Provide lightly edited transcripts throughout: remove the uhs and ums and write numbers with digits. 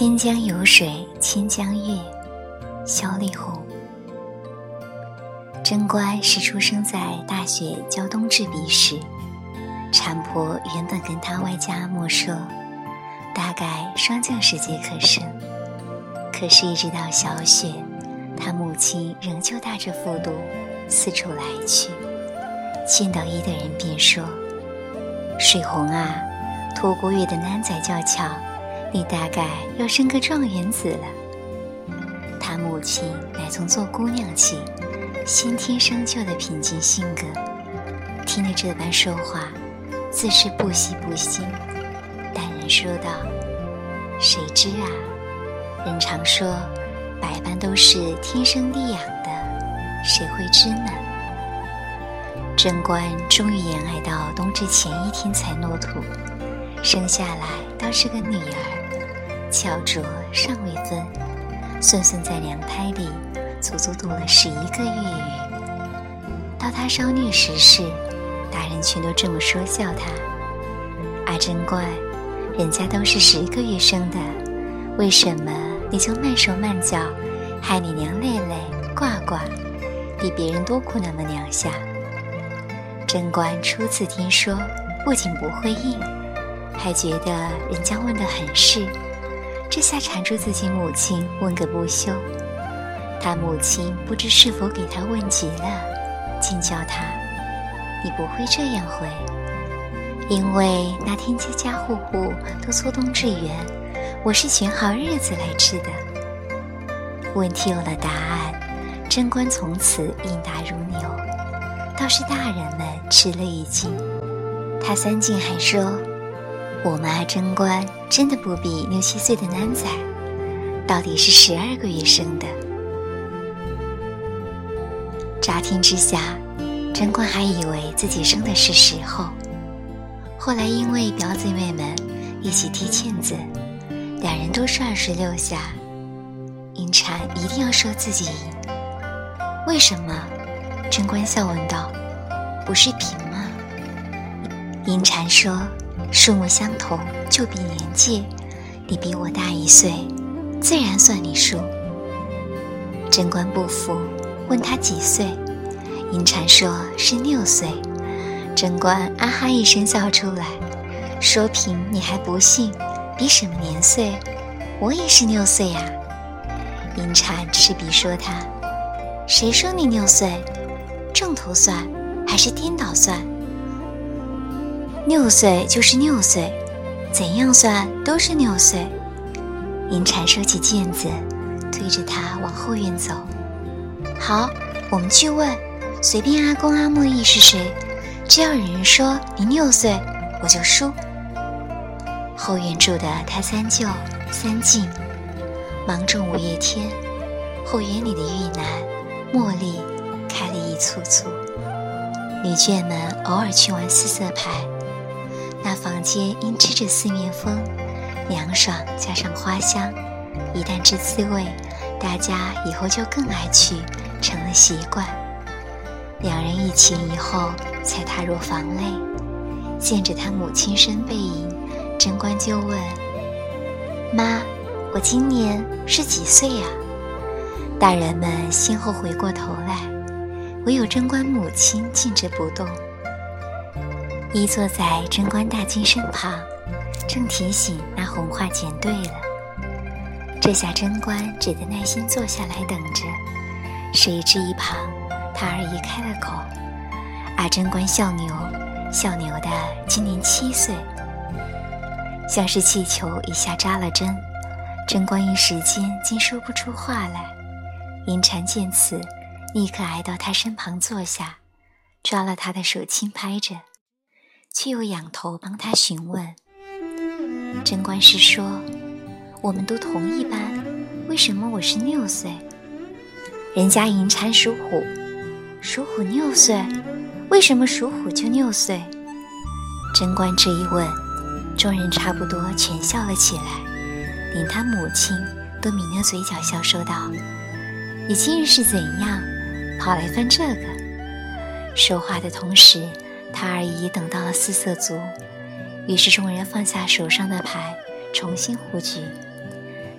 千江有水千江月，萧丽红。贞观是出生在大雪教冬至彼时，产婆原本跟他外家没说，大概霜降时节可生。可是一直到小雪，他母亲仍旧带着妇毒四处来去，见到一的人便说：水红啊，托孤月的男仔较巧，你大概要生个状元子了。他母亲乃从做姑娘起，先天生就的平静性格，听了这般说话，自是不喜不欣，淡然说道：谁知啊，人常说百般都是天生地养的，谁会知呢？贞观终于延挨到冬至前一天才诺土，生下来倒是个女儿，巧拙尚未分，顺顺在娘胎里足足读了11个月语。到她稍虐时事，大人全都这么说笑她：啊贞观，人家都是10个月生的，为什么你就慢手慢脚，害你娘累累挂挂，比别人多哭那么2下。贞观初次听说，不仅不会应，还觉得人家问得很是，这下缠住自己母亲问个不休。他母亲不知是否给他问急了，竟叫他：你不会这样回，因为那天家家户户都做冬至圆，我是选好日子来吃的。问题有了答案，贞观从此应答如牛，倒是大人们吃了一惊。他3进还说：我们啊贞观真的不比6、7岁的男仔，到底是12个月生的。乍听之下，贞观还以为自己生的是10后，后来因为表姊妹们一起踢毽子，2人都是26下，银蝉一定要说自己赢。为什么？贞观笑问道：不是平吗？银蝉说：数目相同，就比年纪，你比我大1岁，自然算你输。贞观不服，问他几岁，银蝉说是6岁。贞观啊哈一声笑出来，说平你还不信，比什么年岁？我也是6岁啊。银蝉斥鼻说他：谁说你6岁？正头算还是颠倒算？6岁就是6岁，怎样算都是6岁。银蝉收起毽子，推着他往后院走。好，我们去问，随便阿公阿嬷意是谁，只要有人说你6岁，我就输。后院住的他3舅3进，芒种5月天，后园里的玉楠、茉莉开了一簇簇，女眷们偶尔去玩4色牌。那房间因吃着4面风，凉爽加上花香，一旦知滋味，大家以后就更爱去，成了习惯。2人一前一后才踏入房内，见着他母亲身背影，贞观就问：妈，我今年是几岁呀？大人们先后回过头来，唯有贞观母亲静着不动。依坐在贞观大惊身旁，正提醒那红花剪对了。这下贞观只得耐心坐下来等着，谁知一旁他二姨开了口：啊贞观笑牛，笑牛的今年7岁。像是气球一下扎了针，贞观一时间竟说不出话来。银蝉见此，立刻挨到他身旁坐下，抓了他的手轻拍着，却又仰头帮他询问。贞观是说：我们都同一班，为什么我是6岁？人家银蝉属虎，属虎6岁，为什么属虎就6岁？贞观这一问，众人差不多全笑了起来，连他母亲都抿了嘴角笑说道：你今日是怎样跑来分这个？说话的同时，他二姨等到了4色足，于是众人放下手上的牌，重新胡局。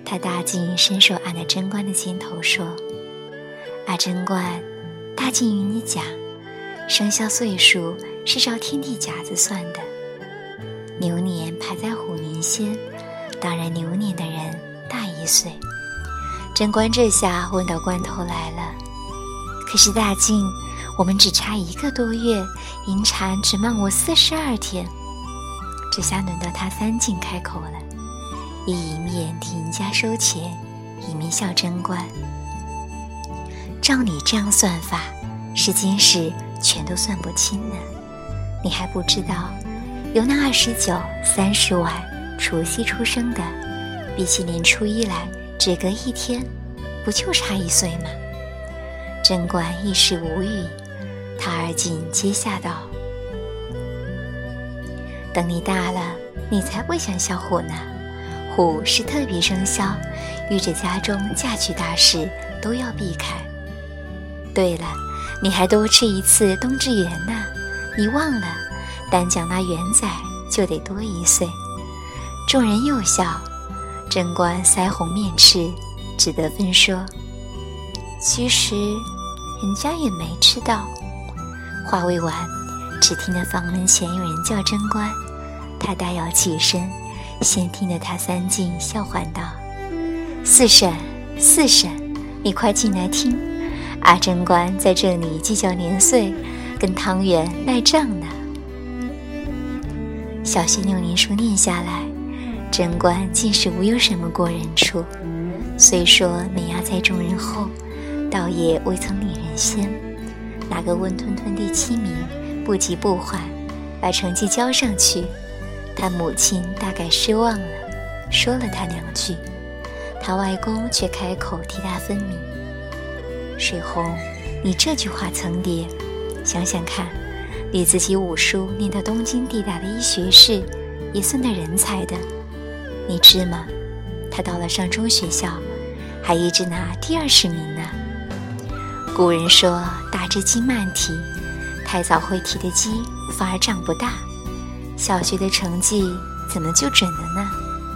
他大劲伸手按了贞观的肩头说：阿贞观，大劲与你讲，生肖岁数是照天地甲子算的，牛年排在虎年先，当然牛年的人大1岁。贞观这下问到关头来了，可是大劲，我们只差1个多月，银蟾只慢我42天。这下轮到他三晋开口了，一面替赢家收钱，一面笑贞观：照你这样算法，世间事全都算不清呢。你还不知道，有那29、30晚除夕出生的，比起年初一来只隔1天，不就差1岁吗？贞观一时无语，他二进接下道：等你大了，你才不想笑虎呢。虎是特别生肖，遇着家中嫁娶大事都要避开。对了，你还多吃1次冬至圆呢，你忘了，单讲那圆仔就得多1岁。众人又笑，贞观腮红面赤，只得分说：其实人家也没吃到。话未完，只听得房门前有人叫贞观，他大要起身，先听得他三晋笑唤道：四婶，四婶，你快进来听，阿贞观在这里计较年岁，跟汤圆赖账呢。小学6年书念下来，贞观竟是无有什么过人处，虽说碾压在众人后，倒也未曾领人先。那个温吞吞第7名，不急不缓把成绩交上去，他母亲大概失望了，说了他2句，他外公却开口替他分明：水红，你这句话层叠，想想看，你自己武术念到东京地大的医学士，也算得人才的，你知吗？他到了上中学校，还一直拿第20名呢。古人说大只鸡慢啼，太早会啼的鸡反而长不大，小学的成绩怎么就准了呢？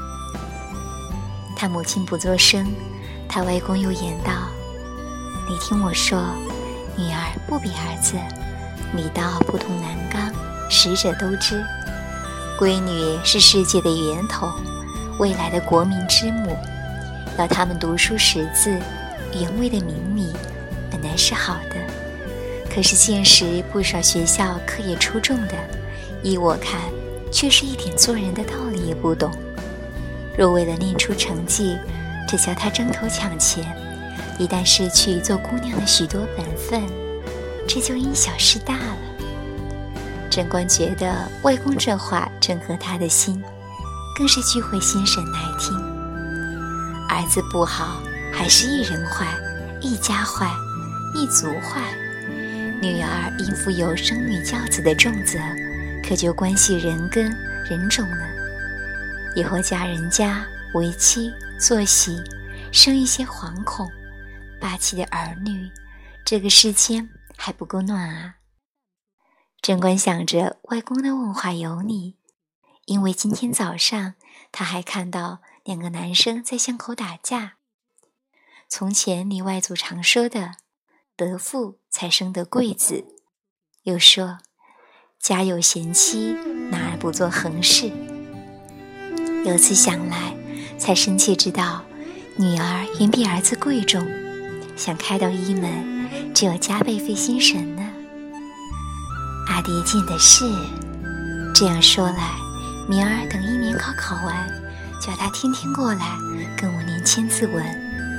他母亲不作声，他外公又言道：你听我说，女儿不比儿子，米道不同南纲，识者都知，闺女是世界的源头，未来的国民之母，要他们读书识字，原味的明理本来是好的，可是现实不少学校课业出众的，依我看却是一点做人的道理也不懂。若为了练出成绩，只叫他争头抢钱，一旦失去做姑娘的许多本分，这就因小失大了。贞观觉得外公这话正合他的心，更是聚会心神来听。儿子不好，还是一人坏，一家坏，一族坏。女儿应负有生女教子的重责，可就关系人根人种了。以后嫁人家为妻做媳，生一些惶恐霸气的儿女，这个世间还不够暖啊。贞观想着外公的问话有理，因为今天早上他还看到2个男生在巷口打架。从前你外祖常说的得富才生得贵子，又说家有贤妻，哪儿不做横事。由此想来，才深切知道女儿远比儿子贵重，想开到一门，只有加倍费心神呢。阿爹见的是，这样说来，明儿等1年考考完，叫他天天过来跟我念千字文。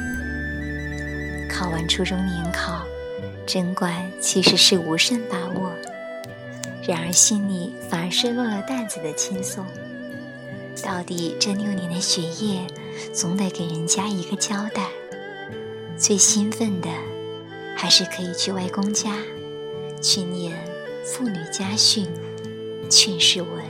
考完初中联考，贞观其实是无甚把握，然而心里反而是落了担子的轻松。到底这6年的学业，总得给人家一个交代。最兴奋的，还是可以去外公家，去念妇女家训、劝世文。